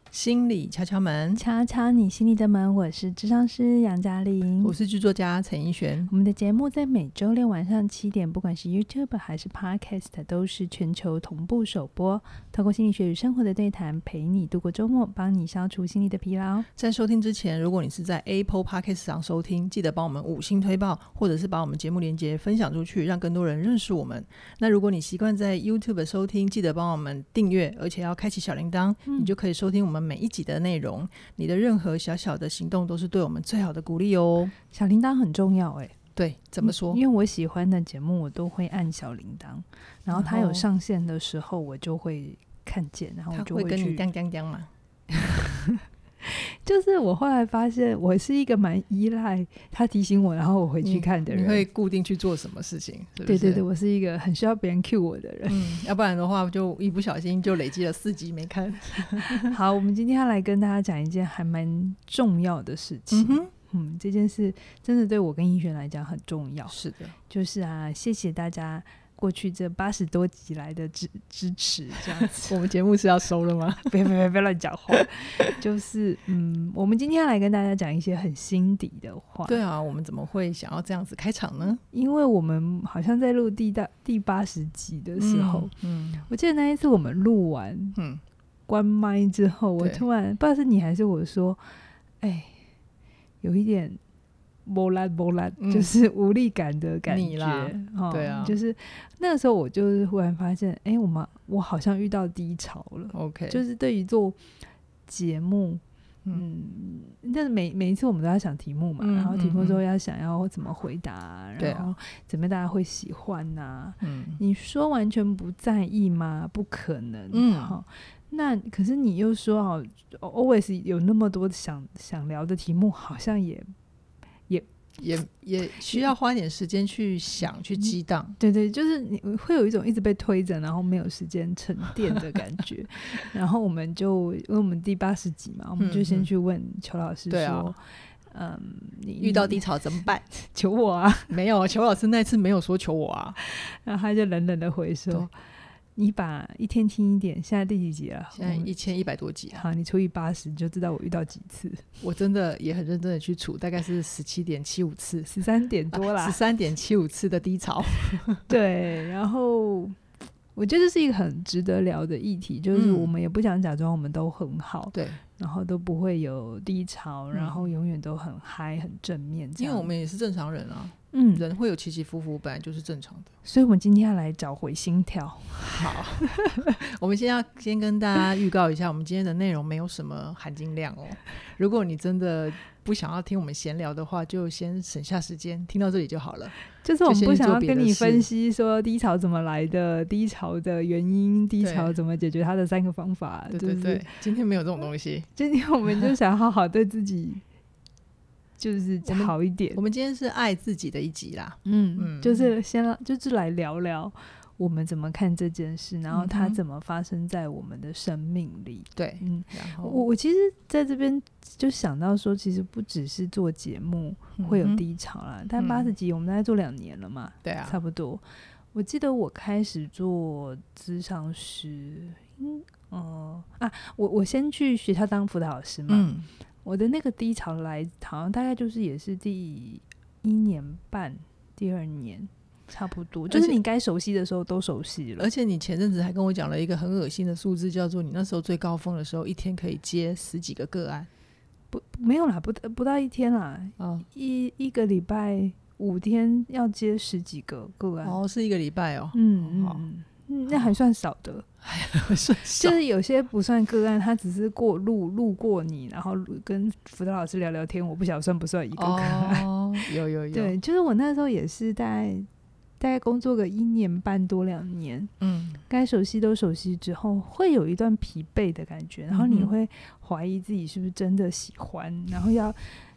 心理敲敲门， 敲敲你心里的门。我是諮商師楊嘉玲， 我是剧作家陳奕璇。 我们的节目在每周六晚上7点，不管是 YouTube 还是 Podcast， 都是全球同步首播。透过心理学与生活的对谈，陪你度过周末，帮你消除心理的疲劳。 在收听之前，如果你是在 Apple Podcast 上收听，记得帮我们5星推爆，或者是把我们节目连结分享出去，让更多人认识我们。那如果你习惯在 YouTube 收听，记得帮我们订阅，而且要开启小铃铛，你就可以收听我们每一集的内容。你的任何小小的行动都是对我们最好的鼓励哦。 小铃铛很重要耶。 对，怎么说？ 因为我喜欢的节目我都会按小铃铛，然后它有上线的时候我就会看见，然后我就会去， 它会跟你叮叮叮吗？ 就是我后来发现我是一个蛮依赖他提醒我然后我回去看的人。 你会固定去做什么事情是不是？ 对对对，我是一个很需要别人 cue 我的人。 要不然的话就一不小心就累积了4集没看。 好，我们今天要来跟大家讲一件还蛮重要的事情。这件事真的对我跟奕璇来讲很重要。 是的， 就是谢谢大家过去这80多集来的支持，这样子。 我们节目是要收了吗？ 别乱讲话。就是我们今天要来跟大家讲一些很心底的话。 对啊，我们怎么会想要这样子开场呢？ 因为我们好像在录第80集的时候，我记得那一次我们录完关麦之后，我突然不知道是你还是我说，有一点没力，就是无力感的感觉。 对啊， 就是那个时候我就是忽然发现我好像遇到低潮了。 OK， 就是对于做节目但是每一次我们都要想题目嘛，然后题目之后要想要怎么回答，然后怎么大家会喜欢你说完全不在意吗？不可能。那可是你又说always 有那么多想聊的题目，好像也需要花点时间去想去激荡。 对对，就是你会有一种一直被推着然后没有时间沉淀的感觉。然后我们就因为我们第80集嘛，我们就先去问邱老师说你遇到低潮怎么办？ 求我啊。 没有，邱老师那次没有说求我啊。 然后他就冷冷的回说，你把一天听一点，现在第几集了？ 现在1100多集。 好，你除以80你就知道我遇到几次。 我真的也很认真的去除，大概是17.75次 ，13点多啦 ，13.75次的低潮。 对，然后我觉得这是一个很值得聊的议题，就是我们也不想假装我们都很好， 对， 然后都不会有低潮，然后永远都很嗨很正面这样， 因为我们也是正常人啊。人会有起起伏伏本来就是正常的， 所以我们今天要来找回心跳。 好。我们先跟大家预告一下，我们今天的内容没有什么含金量哦。如果你真的不想要听我们闲聊的话，就先省下时间听到这里就好了。 就是我们不想要跟你分析说低潮怎么来的，低潮的原因，低潮怎么解决它的3个方法。 对对对，今天没有这种东西。 今天我们就想好好对自己就是好一点。 我们今天是爱自己的一集啦。 就是来聊聊我们怎么看这件事，然后它怎么发生在我们的生命里。 对，然后我其实在这边就想到说，其实不只是做节目会有低潮啦，但80集我们大概做2年了嘛。 对啊， 差不多。我记得我开始做諮商师我先去学校当辅导老师嘛。我的那个低潮来好像大概就是也是第1年半第2年差不多，就是你该熟悉的时候都熟悉了。 而且你前阵子还跟我讲了一个很恶心的数字，叫做你那时候最高峰的时候一天可以接10几个个案。 没有啦，不到1天啦。一个礼拜5天要接10几个个案。 是1个礼拜哦。 那还算少的。就是有些不算个案，他只是路过你，然后跟辅导老师聊聊天，我不晓得算不算一个个案。 有。 对，就是我那时候也是大概工作个1年半多2年，该熟悉都熟悉之后，会有一段疲惫的感觉，然后你会怀疑自己是不是真的喜欢，然后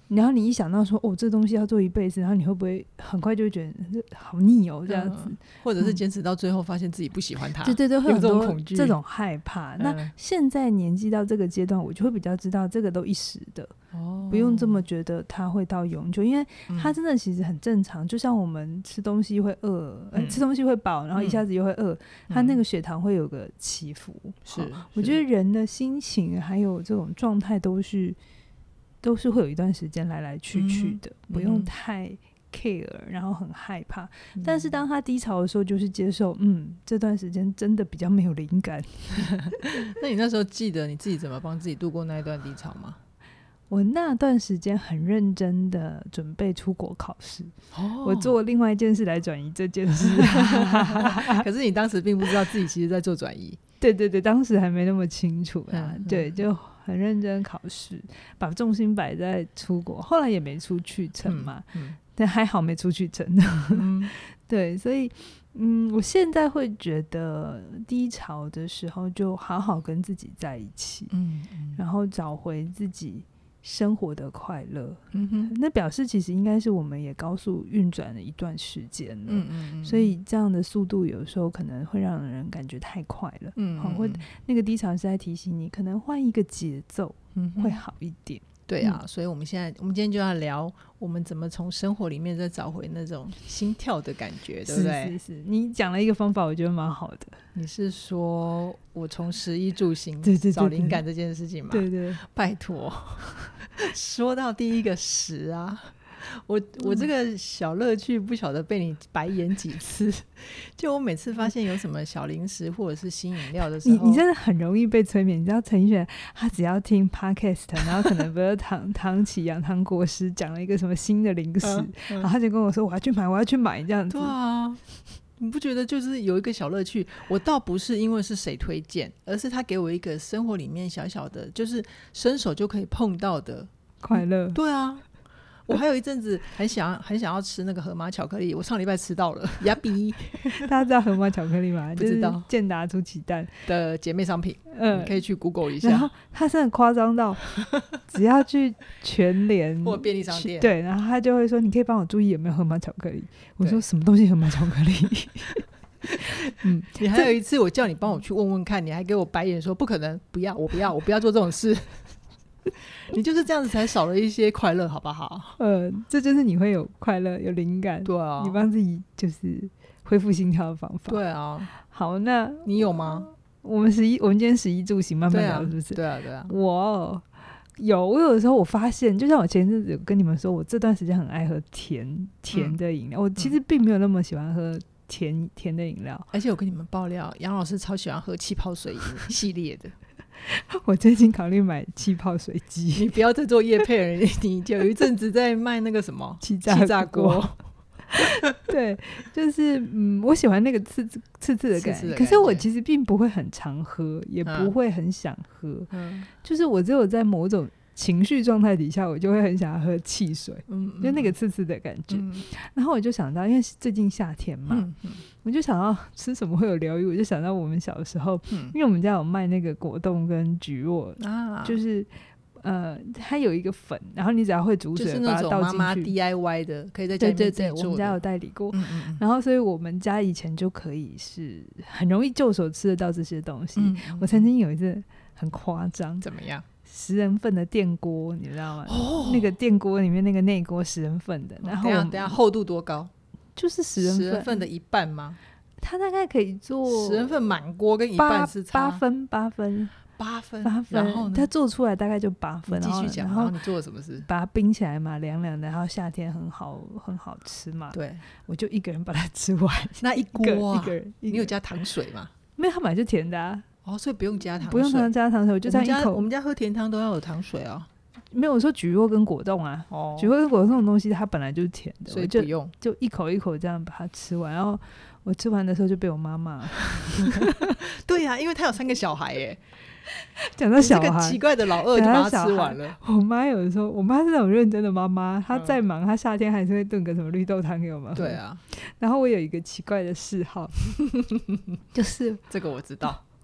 然后你一想到说这东西要做一辈子，然后你会不会很快就会觉得好腻这样子， 或者是坚持到最后发现自己不喜欢它， 对，会有很多恐惧这种害怕。那现在年纪到这个阶段，我就会比较知道这个都一时的，不用这么觉得它会到永久，因为它真的其实很正常。就像我们吃东西会饿，吃东西会饱，然后一下子又会饿，它那个血糖会有个起伏。是，我觉得人的心情还有这种状态都是会有一段时间来来去去的，不用太 care， 然后很害怕。但是当他低潮的时候，就是接受，这段时间真的比较没有灵感。 那你那时候记得你自己怎么帮自己度过那一段低潮吗？ 我那段时间很认真的准备出国考试，我做另外一件事来转移这件事。 可是你当时并不知道自己其实在做转移。 对，当时还没那么清楚对，就很认真考试，把重心摆在出国，后来也没出去成嘛，但还好没出去成。对，所以我现在会觉得低潮的时候就好好跟自己在一起，然后找回自己生活的快乐。那表示其实应该是我们也高速运转了一段时间了，所以这样的速度有时候可能会让人感觉太快了，或那个低潮是在提醒你可能换一个节奏会好一点。 对啊，所以我们今天就要聊我们怎么从生活里面再找回那种心跳的感觉，对不对？ 是，你讲了一个方法我觉得蛮好的。 你是说我从食衣住行找灵感这件事情吗？ 对， 拜托。说到第一个食啊，我这个小乐趣不晓得被你白眼几次。就我每次发现有什么小零食或者是新饮料的时候， 你真的很容易被催眠。你知道陈奕迅他只要听 podcast， 然后可能比如唐启阳唐国师讲了一个什么新的零食，然后他就跟我说我要去买这样子。 对啊，你不觉得就是有一个小乐趣？我倒不是因为是谁推荐，而是他给我一个生活里面小小的就是伸手就可以碰到的快乐。 对啊，我还有一阵子很想要吃那个河马巧克力，我上礼拜吃到了呀比。 大家知道河马巧克力吗？ 不知道， 就是健达出奇蛋的姐妹商品，你可以去 Google 一下。 然后他是很夸张到只要去全联或便利商店， 对，然后他就会说你可以帮我注意有没有河马巧克力。我说什么东西河马巧克力？ 你还有一次我叫你帮我去问问看，你还给我白眼说不可能，不要，我不要做这种事。你就是这样子才少了一些快乐好不好？ 这就是你会有快乐有灵感。 对啊， 你帮自己就是恢复心跳的方法。 对啊。 好，那你有吗？ 我们今天食衣住行慢慢聊是不是？ 对啊。 我有的时候我发现，就像我前阵子有跟你们说，我这段时间很爱喝甜的饮料。我其实并没有那么喜欢喝甜的饮料，而且我跟你们爆料，杨老师超喜欢喝气泡水系列的。 我最近考虑买气泡水机。 你不要再做业配了，你有一阵子在卖那个什么气炸锅。 对，就是我喜欢那个刺的感觉，可是我其实并不会很常喝，也不会很想喝，就是我只有在某种情绪状态底下，我就会很想要喝汽水，就那个刺的感觉。然后我就想到，因为最近夏天嘛，我就想到吃什么会有疗愈，我就想到我们小的时候，因为我们家有卖那个果冻跟蒟蒻，就是它有一个粉，然后你只要会煮水把它倒进去，就是那种妈妈 DIY 的，可以在家里面自己做的。 对，我们家有代理过。然后所以我们家以前就可以是很容易就手吃得到这些东西。我曾经有一次很夸张， 怎么样 ？10人份的电锅，你知道吗？那个电锅里面那个内锅10人份的，然后等一下厚度多高？ 就是10人份的一半吗？ 它大概可以做 10人份满锅跟一半是差 8分。 然后呢？ 它做出来大概就8分。 你继续讲，然后你做了什么事？ 把它冰起来嘛，凉凉的，然后夏天很好吃嘛。 对， 我就一个人把它吃完。 那一锅一个人， 你有加糖水吗？ 没有，它本来就甜的啊。 所以不用加糖水， 不用加糖水，我就这样一口。 我们家喝甜汤都要有糖水啊。 没有，我说蒟蒻跟果冻啊。蒟蒻跟果冻这种东西它本来就是甜的， 所以不用， 就一口一口这样把它吃完。然后我吃完的时候就被我妈骂。 对啊，因为他有3个小孩耶。 讲到小孩， 这个奇怪的老二就把它吃完了。 我妈有的时候，我妈是那种认真的妈妈，她再忙，她夏天还是会炖个什么绿豆汤给我们喝。 对啊。 然后我有一个奇怪的嗜好，就是这个我知道，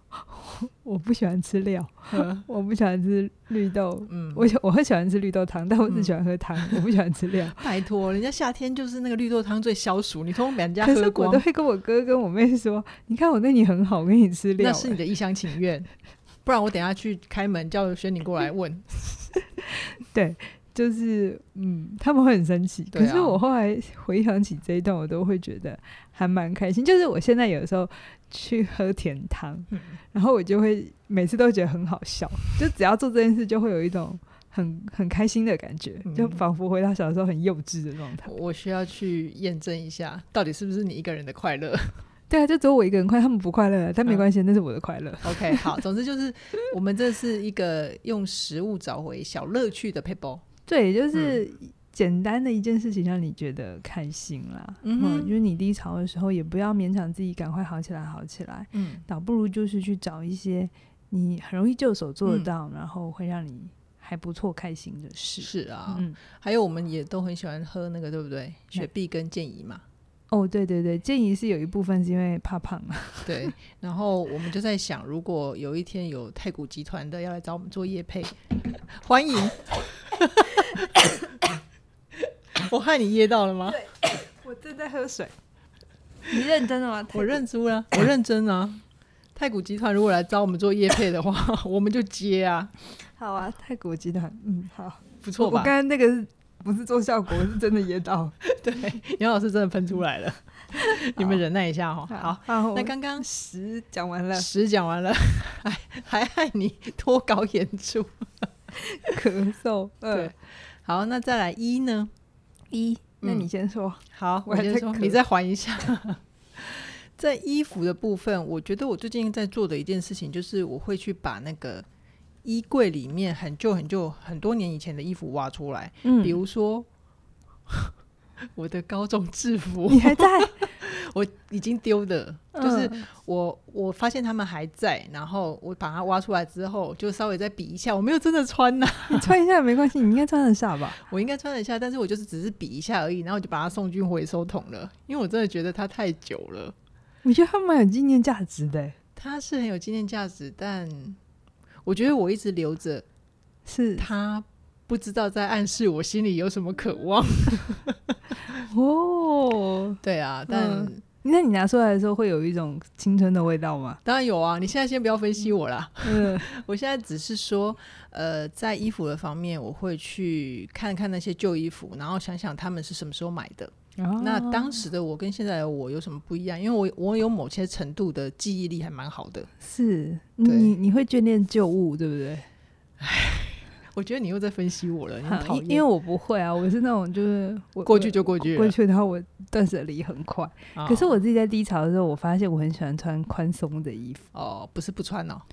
我不喜欢吃料，我不喜欢吃绿豆，我会喜欢吃绿豆汤，但我只喜欢喝汤，我不喜欢吃料。 拜托，人家夏天就是那个绿豆汤最消暑，你通通把人家喝光。 可是我都会跟我哥跟我妹说，你看我对你很好，我给你吃料。 那是你的一厢情愿，不然我等一下去开门叫轩宁过来问。 对，就是他们会很生气，可是我后来回想起这一段，我都会觉得还蛮开心。就是我现在有的时候去喝甜汤，然后我就会每次都觉得很好笑，就只要做这件事就会有一种很开心的感觉，就仿佛回到小时候很幼稚的状态。 我需要去验证一下到底是不是你一个人的快乐。 对啊，就只有我一个人快乐，他们不快乐，但没关系，那是我的快乐。 OK， 好，总之就是我们这是一个用食物找回小乐趣的 people。 对，就是简单的一件事情让你觉得开心啦。就是你低潮的时候也不要勉强自己赶快好起来倒不如就是去找一些你很容易就手做得到，然后会让你还不错开心的事。 是啊，还有我们也都很喜欢喝那个，对不对？雪碧跟健怡嘛。 哦，对对对，建议是有一部分是因为怕胖啊。 对，然后我们就在想，如果有一天有太古集团的要来找我们做业配，欢迎。我害你噎到了吗？ 对，我正在喝水。你认真的吗？ 我认输了，我认真啊。太古集团如果来找我们做业配的话，我们就接啊。 好啊，太古集团，好， 不错吧？ 我刚才那个不是做效果，是真的噎到。 对，杨老师真的喷出来了。你们忍耐一下。好，那刚刚 10讲完了， 还害你脱稿演出。 咳嗽。 对，好，那再来1呢？1， 那你先说。 好，我先说，你再缓一下。在衣服的部分，我觉得我最近在做的一件事情就是我会去把那个衣柜里面很旧很多年以前的衣服挖出来。比如说我的高中制服， 你还在？ 我已经丢的，就是我发现他们还在，然后我把它挖出来之后就稍微再比一下，我没有真的穿啊。 你穿一下也没关系，你应该穿得下吧？ 我应该穿得下，但是我就是只是比一下而已，然后我就把它送进回收桶了，因为我真的觉得它太久了。 我觉得它蛮有纪念价值的。 它是很有纪念价值，但我觉得我一直留着， 是它不知道在暗示我心里有什么渴望。 哦， 对啊，但那你拿出来的时候会有一种青春的味道吗？ 当然有啊，你现在先不要分析我啦。我现在只是说在衣服的方面我会去看看那些旧衣服，然后想想他们是什么时候买的。那当时的我跟现在的我有什么不一样？因为我有某些程度的记忆力还蛮好的。 是你会眷恋旧物，对不对？ 我觉得你又在分析我了，你很讨厌。 因为我不会啊，我是那种就是过去就过去了， 过去，然后我断舍离很快。可是我自己在低潮的时候，我发现我很喜欢穿宽松的衣服。 哦，不是不穿哦。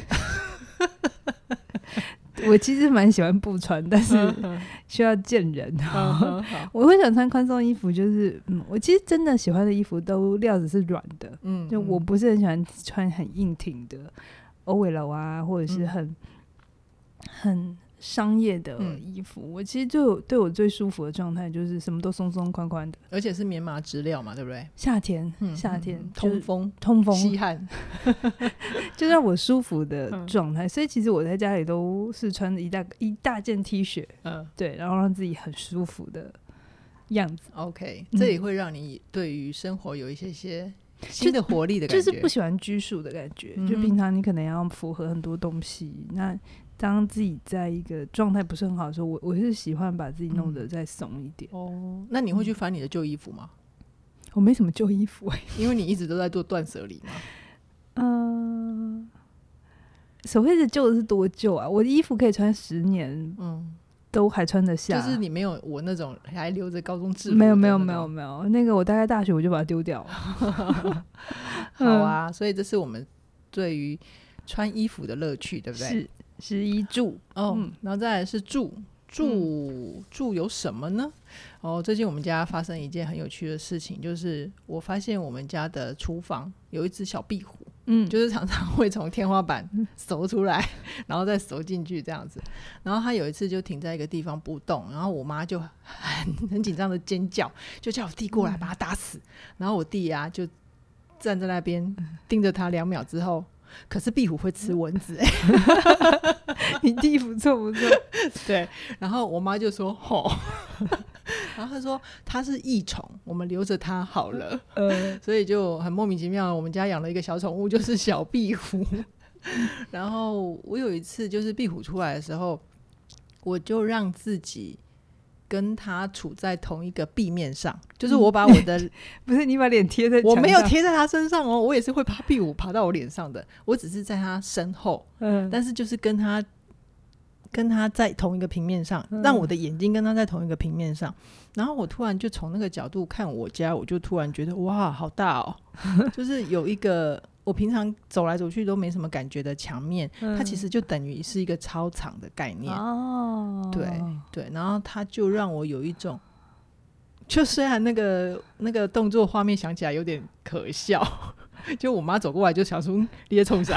我其实蛮喜欢不穿，但是需要见人。我会想穿宽松衣服，就是我其实真的喜欢的衣服都料子是软的。就我不是很喜欢穿很硬挺的 OL 啊，或者是很商业的衣服。我其实就对我最舒服的状态就是什么都松松宽宽的， 而且是棉麻质料嘛，对不对？ 夏天通风吸汗就让我舒服的状态。所以其实我在家里都是穿一大件 T 恤，对，然后让自己很舒服的样子。 OK， 这也会让你对于生活有一些新的活力的感觉， 就是不喜欢拘束的感觉。就平常你可能要符合很多东西，那当自己在一个状态不是很好的时候，我是喜欢把自己弄得再松一点。 那你会去翻你的旧衣服吗？ 我没什么旧衣服因为你一直都在做断舍离嘛。所谓的旧的是多旧啊？我的衣服可以穿10年，都还穿得下。 就是你没有我那种还留着高中制服。 没有，那个我大概大学我就把它丢掉了。 好啊，所以这是我们对于穿衣服的乐趣，对不对？ 是衣住。 然后再来是住有什么呢？最近我们家发生一件很有趣的事情，就是我发现我们家的厨房有一只小壁虎，就是常常会从天花板搜出来，然后再搜进去这样子。然后它有一次就停在一个地方不动，然后我妈就很紧张的尖叫，就叫我弟过来把它打死。然后我弟啊就站在那边盯着它2秒之后， 可是壁虎会吃蚊子你地不错不错对，然后我妈就说然后她说它是益虫，我们留着它好了所以就很莫名其妙，我们家养了一个小宠物，就是小壁虎然后我有一次就是壁虎出来的时候，我就让自己跟他处在同一个壁面上，就是我把我的不是你把脸贴在墙上， 我没有贴在他身上我也是会怕壁虎爬到我脸上的，我只是在他身后但是就是跟他在同一个平面上让我的眼睛跟他在同一个平面上然后我突然就从那个角度看我家，我就突然觉得哇好大就是有一个我平常走来走去都没什么感觉的墙面它其实就等于是一个操场的概念对，然后它就让我有一种，就虽然那个动作画面想起来有点可笑就我妈走过来就想说你在冲啥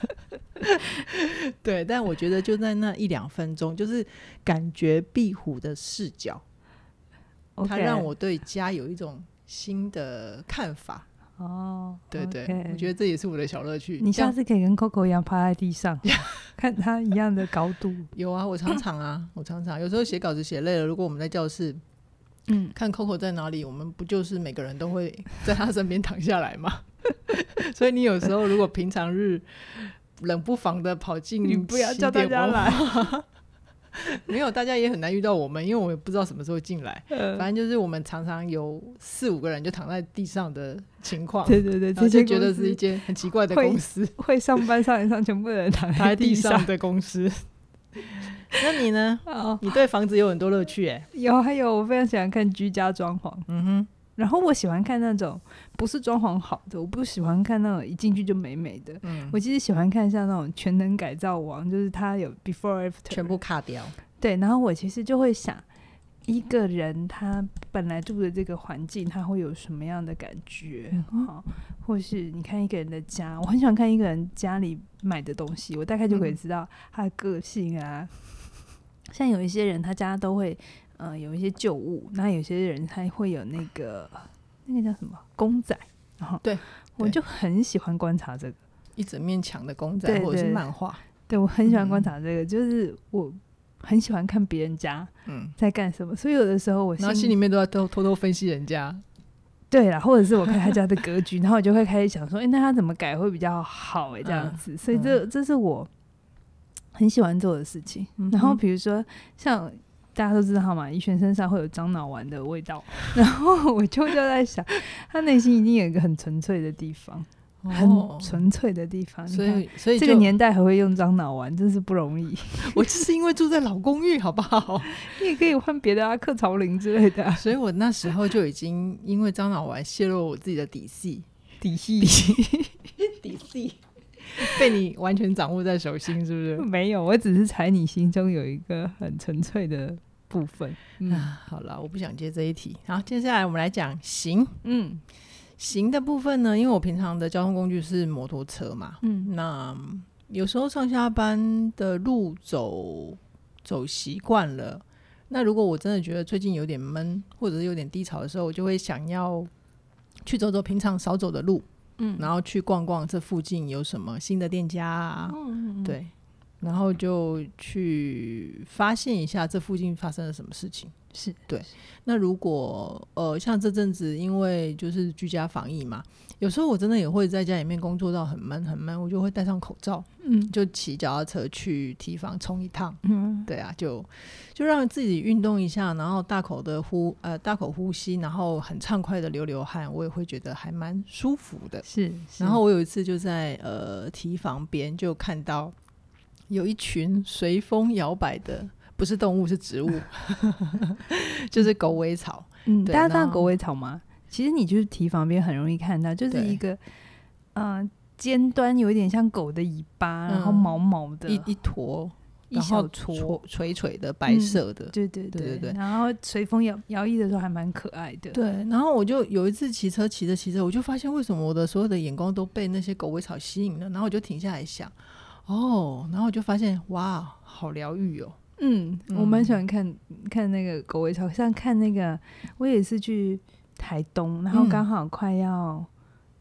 对，但我觉得就在那1-2分钟就是感觉壁虎的视角它让我对家有一种新的看法对对我觉得这也是我的小乐趣。 你下次可以跟 Coco 一样趴在地上看他一样的高度有啊，我常常我常常有时候写稿子写累了，如果我们在教室看 Coco 在哪里，我们不就是每个人都会在他身边躺下来吗所以你有时候如果平常日冷不防的跑进你不要叫大家来没有，大家也很难遇到我们，因为我们不知道什么时候进来反正就是我们常常有4-5个人就躺在地上的情况对对对， 然后就觉得是一间很奇怪的公司会上班上一上全部人躺在地上的公司那你呢你对房子有很多乐趣还有我非常喜欢看居家装潢然后我喜欢看那种不是装潢好的，我不喜欢看那种一进去就美美的我其实喜欢看像那种全能改造王，就是它有 before after 全部卡掉对，然后我其实就会想一个人他本来住的这个环境他会有什么样的感觉或是你看一个人的家，我很喜欢看一个人家里买的东西，我大概就可以知道他的个性像有一些人他家都会有一些旧物，那有些人他会有那个叫什么公仔对， 我就很喜欢观察这个一整面墙的公仔或者是漫画对我很喜欢观察这个就是我很喜欢看别人家在干什么所以有的时候我心里面都要偷偷分析人家对啦，或者是我看他家的格局然后我就会开始想说那他怎么改会比较好这样子所以这是我很喜欢做的事情然后比如说像大家都知道嘛，怡璇身上会有樟脑丸的味道然后我就在想他内心一定有一个很纯粹的地方很纯粹的地方所以这个年代还会用樟脑丸真是不容易我就是因为住在老公寓好不好你也可以换别的克曹林之类的所以我那时候就已经因为樟脑丸泄露我自己的底细被你完全掌握在手心是不是？ 没有，我只是猜你心中有一个很纯粹的部分好了，我不想接这一题。好，接下来我们来讲行行的部分呢，因为我平常的交通工具是摩托车嘛那有时候上下班的路走习惯了，那如果我真的觉得最近有点闷或者是有点低潮的时候，我就会想要去走走平常少走的路然后去逛逛这附近有什么新的店家对，然后就去发现一下这附近发生了什么事情是对。那如果像这阵子因为就是居家防疫嘛，有时候我真的也会在家里面工作到很闷我就会戴上口罩就骑脚踏车去堤防冲一趟对啊，就让自己运动一下，然后大口呼吸，然后很畅快的流汗，我也会觉得还蛮舒服的是然后我有一次就在堤防边就看到有一群随风摇摆的不是动物是植物就是狗尾草大家知道狗尾草吗？其实你就是堤防边很容易看到，就是一个尖端有点像狗的尾巴然后毛毛的一坨一小撮垂垂的白色的对对对对，然后随风摇曳的时候还蛮可爱的对。然后我就有一次骑车我就发现为什么我的所有的眼光都被那些狗尾草吸引了，然后我就停下来想然后我就发现哇好疗愈我蛮喜欢看那个狗尾草，像看那个我也是去台东然后刚好快要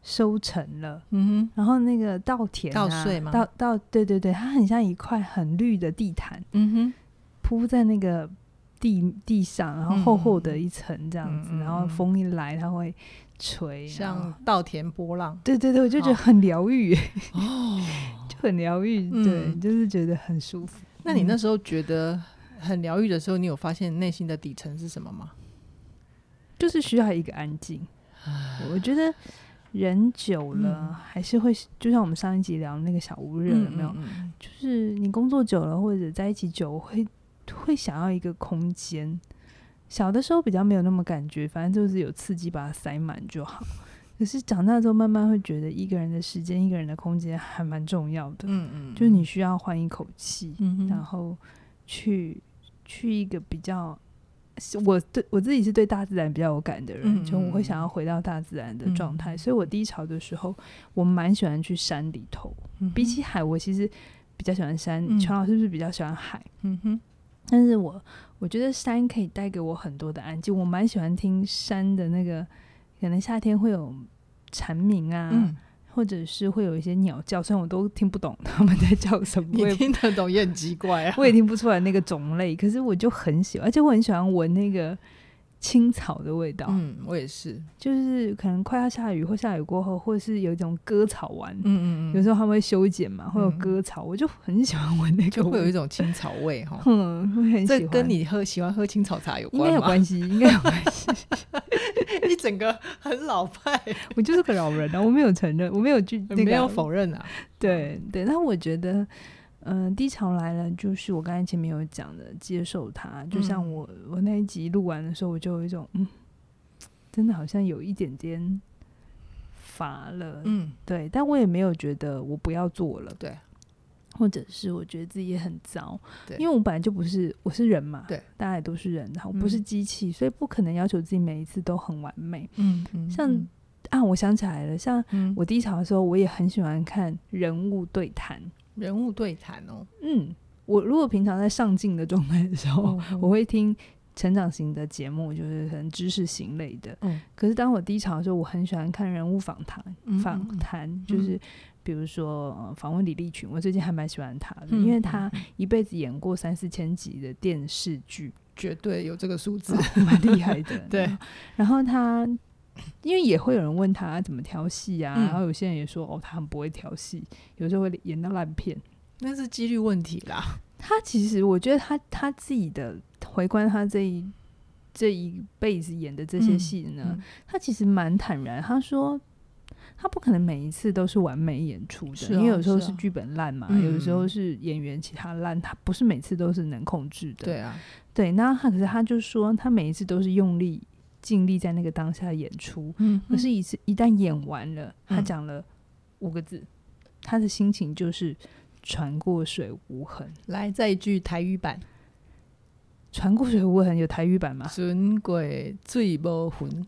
收成了，然后那个稻田稻穗吗？ 对对对，它很像一块很绿的地毯，铺在那个地上，然后厚厚的一层这样子，然后风一来它会吹， 像稻田波浪。 对对对，我就觉得很疗愈就很疗愈，对，就是觉得很舒服。 那你那时候觉得很疗愈的时候，你有发现内心的底层是什么吗？ 就是需要一个安静。我觉得人久了还是会，就像我们上一集聊那个小屋热，有没有？就是你工作久了或者在一起久，会想要一个空间。小的时候比较没有那么感觉，反正就是有刺激把它塞满就好。可是长大之后慢慢会觉得一个人的时间一个人的空间还蛮重要的，就是你需要换一口气，然后去一个比较我自己是对大自然比较有感的人，就我会想要回到大自然的状态，所以我低潮的时候我蛮喜欢去山里头，比起海我其实比较喜欢山，全老师是不是比较喜欢海？但是我觉得山可以带给我很多的安静，我蛮喜欢听山的那个，可能夏天会有蝉鸣啊，或者是会有一些鸟叫，虽然我都听不懂他们在叫什么， 你听得懂也很奇怪啊， 我也听不出来那个种类，可是我就很喜欢，而且我很喜欢闻那个青草的味道。 我也是， 就是可能快要下雨或下雨过后，或者是有一种割草丸，有时候他们会修剪嘛，会有割草，我就很喜欢闻那个味， 就会有一种青草味哈。 会很喜欢。 这跟你喜欢喝青草茶有关吗？ 应该有关系，应该有关系。 一整个很老派， 我就是个老人啊，我没有承认，我没有没有否认啊。 对对，那我觉得。低潮来了，就是我刚才前面有讲的，接受它。就像我那一集录完的时候，我就有一种真的好像有一点点乏了，对，但我也没有觉得我不要做了， 对， 或者是我觉得自己也很糟，因为我本来就不是，我是人嘛， 对， 大家也都是人，我不是机器，所以不可能要求自己每一次都很完美。像我想起来了，像我低潮的时候，我也很喜欢看人物对谈。 人物对谈哦， 我如果平常在上进的状态的时候，我会听成长型的节目，就是可能知识型类的。可是当我低潮的时候，我很喜欢看人物访谈，就是比如说访问李立群，我最近还蛮喜欢他的，因为他一辈子演过3-4千集的电视剧， 绝对有这个数字， 蛮厉害的。 对， 然后他。因为也会有人问他怎么挑戏啊，然后有些人也说他很不会挑戏，有时候会演到烂片， 那是几率问题啦。 他其实我觉得他自己的回观他这一辈子演的这些戏呢，他其实蛮坦然。他说他不可能每一次都是完美演出的，因为有时候是剧本烂嘛，有时候是演员其他烂，他不是每次都是能控制的。 对啊， 对，那可是他就说他每一次都是用力尽力在那个当下演出，可是一旦演完了，他讲了5个字，他的心情就是船过水无痕。 来，再一句台语版。 船过水无痕有台语版吗？ 船过水无痕。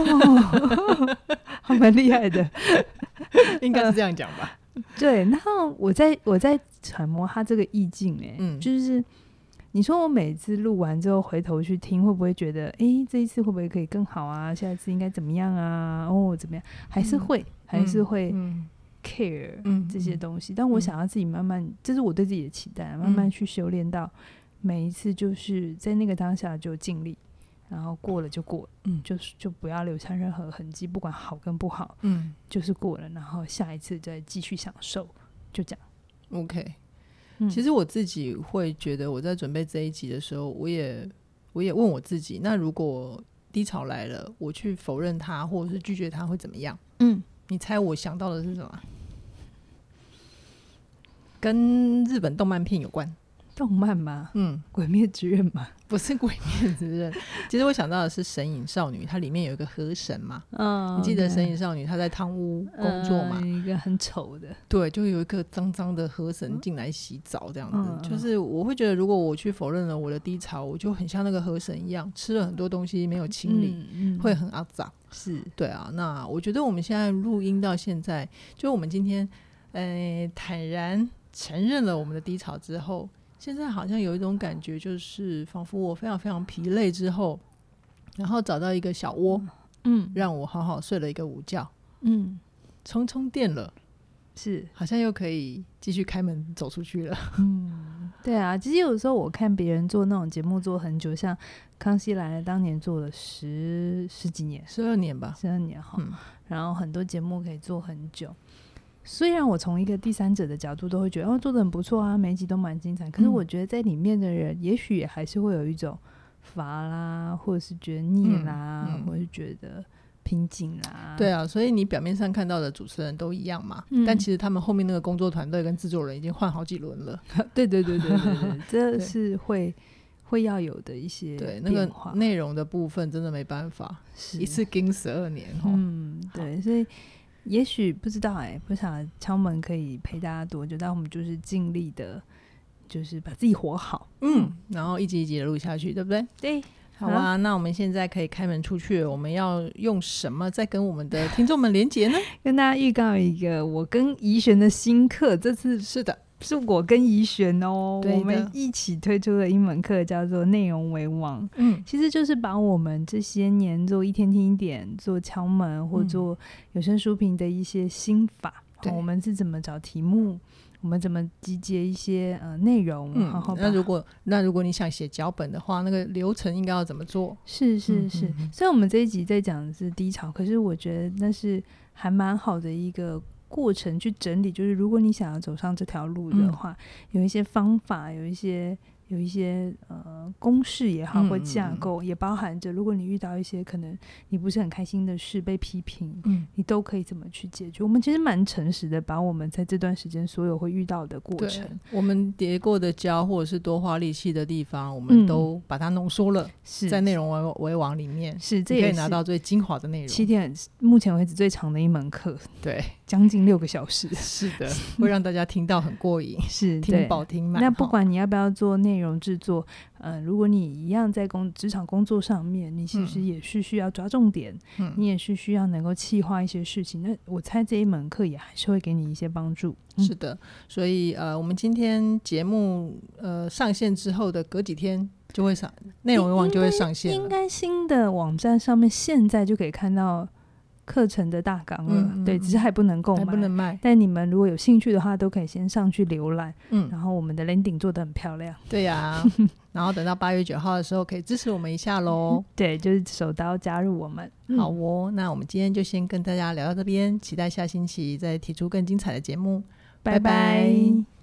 还蛮厉害的。 应该是这样讲吧。 对，然后我在揣摩他这个意境，就是你说我每次录完之后回头去听，会不会觉得这一次会不会可以更好啊？下一次应该怎么样啊？怎么样？还是会care 这些东西。但我想要自己慢慢，这是我对自己的期待，慢慢去修炼到每一次就是在那个当下就尽力，然后过了就过了，就不要留下任何痕迹，不管好跟不好，就是过了，然后下一次再继续享受，就这样。 OK。其实我自己会觉得，我在准备这一集的时候，我也问我自己，那如果低潮来了，我去否认它或者是拒绝它会怎么样？你猜我想到的是什么？跟日本动漫片有关。 动漫吗？鬼灭之刃吗？ 不是鬼灭之刃。其实我想到的是神隐少女，它里面有一个河神嘛，你记得神隐少女她在汤屋工作嘛， 一个很丑的， 对，就有一个脏脏的河神进来洗澡这样子，就是我会觉得如果我去否认了我的低潮，我就很像那个河神一样，吃了很多东西没有清理，会很肮脏。 是， 对啊。那我觉得我们现在录音到现在，就我们今天坦然承认了我们的低潮之后，现在好像有一种感觉，就是仿佛我非常非常疲累之后，然后找到一个小窝，让我好好睡了一个午觉， 充电了， 是好像又可以继续开门走出去了。 对啊，其实有时候我看别人做那种节目做很久，像康熙来了当年做了十几年 12年吧 ，12年哈，然后很多节目可以做很久。虽然我从一个第三者的角度都会觉得做得很不错啊，每一集都蛮精彩，可是我觉得在里面的人也许也还是会有一种乏啦，或者是觉得腻啦，或者是觉得瓶颈啦。 对啊，所以你表面上看到的主持人都一样嘛，但其实他们后面那个工作团队跟制作人已经换好几轮了。 对，这是会要有的一些变化。对， 那个内容的部分真的没办法，一次盯12年。 对，所以也许不知道不晓得敲门可以陪大家多久，但我们就是尽力的，就是把自己活好， 然后一集一集的录下去，对不对？ 对。 好啊，那我们现在可以开门出去了，我们要用什么再跟我们的听众们连结呢？ 跟大家预告一个我跟怡璇的新课，这次是的， 是我跟怡璇我们一起推出了一门课，叫做内容为王。其实就是把我们这些年做一天听一点，做敲门或做有声书评的一些心法，我们是怎么找题目，我们怎么集结一些内容， 那如果你想写脚本的话，那个流程应该要怎么做？ 是，虽然我们这一集在讲的是低潮，可是我觉得那是还蛮好的一个过程去整理，就是如果你想要走上这条路的话，有一些方法，有一些公式也好，或架构，也包含着如果你遇到一些可能你不是很开心的事，被批评，你都可以怎么去解决。我们其实蛮诚实的，把我们在这段时间所有会遇到的过程， 我们跌过的跤或者是多花力气的地方，我们都把它浓缩了，在内容为王里面，这也可以拿到最精华的内容。 7天，目前为止最长的一门课， 对， 将近6个小时。 是的，会让大家听到很过瘾， 是听饱听满。 那不管你要不要做内容制作，如果你一样在职场工作上面，你其实也是需要抓重点，你也是需要能够企划一些事情，那我猜这一门课也还是会给你一些帮助。 是的，所以我们今天节目上线之后的隔几天就会内容为王就会上线了， 应该新的网站上面现在就可以看到课程的大纲了，对，只是还不能购买， 还不能卖。 但你们如果有兴趣的话，都可以先上去浏览。然后我们的 landing 做得很漂亮。 对呀，然后等到8月9号的时候，可以支持我们一下咯。 对，就是手刀加入我们。 好那我们今天就先跟大家聊到这边，期待下星期再提出更精彩的节目。拜拜。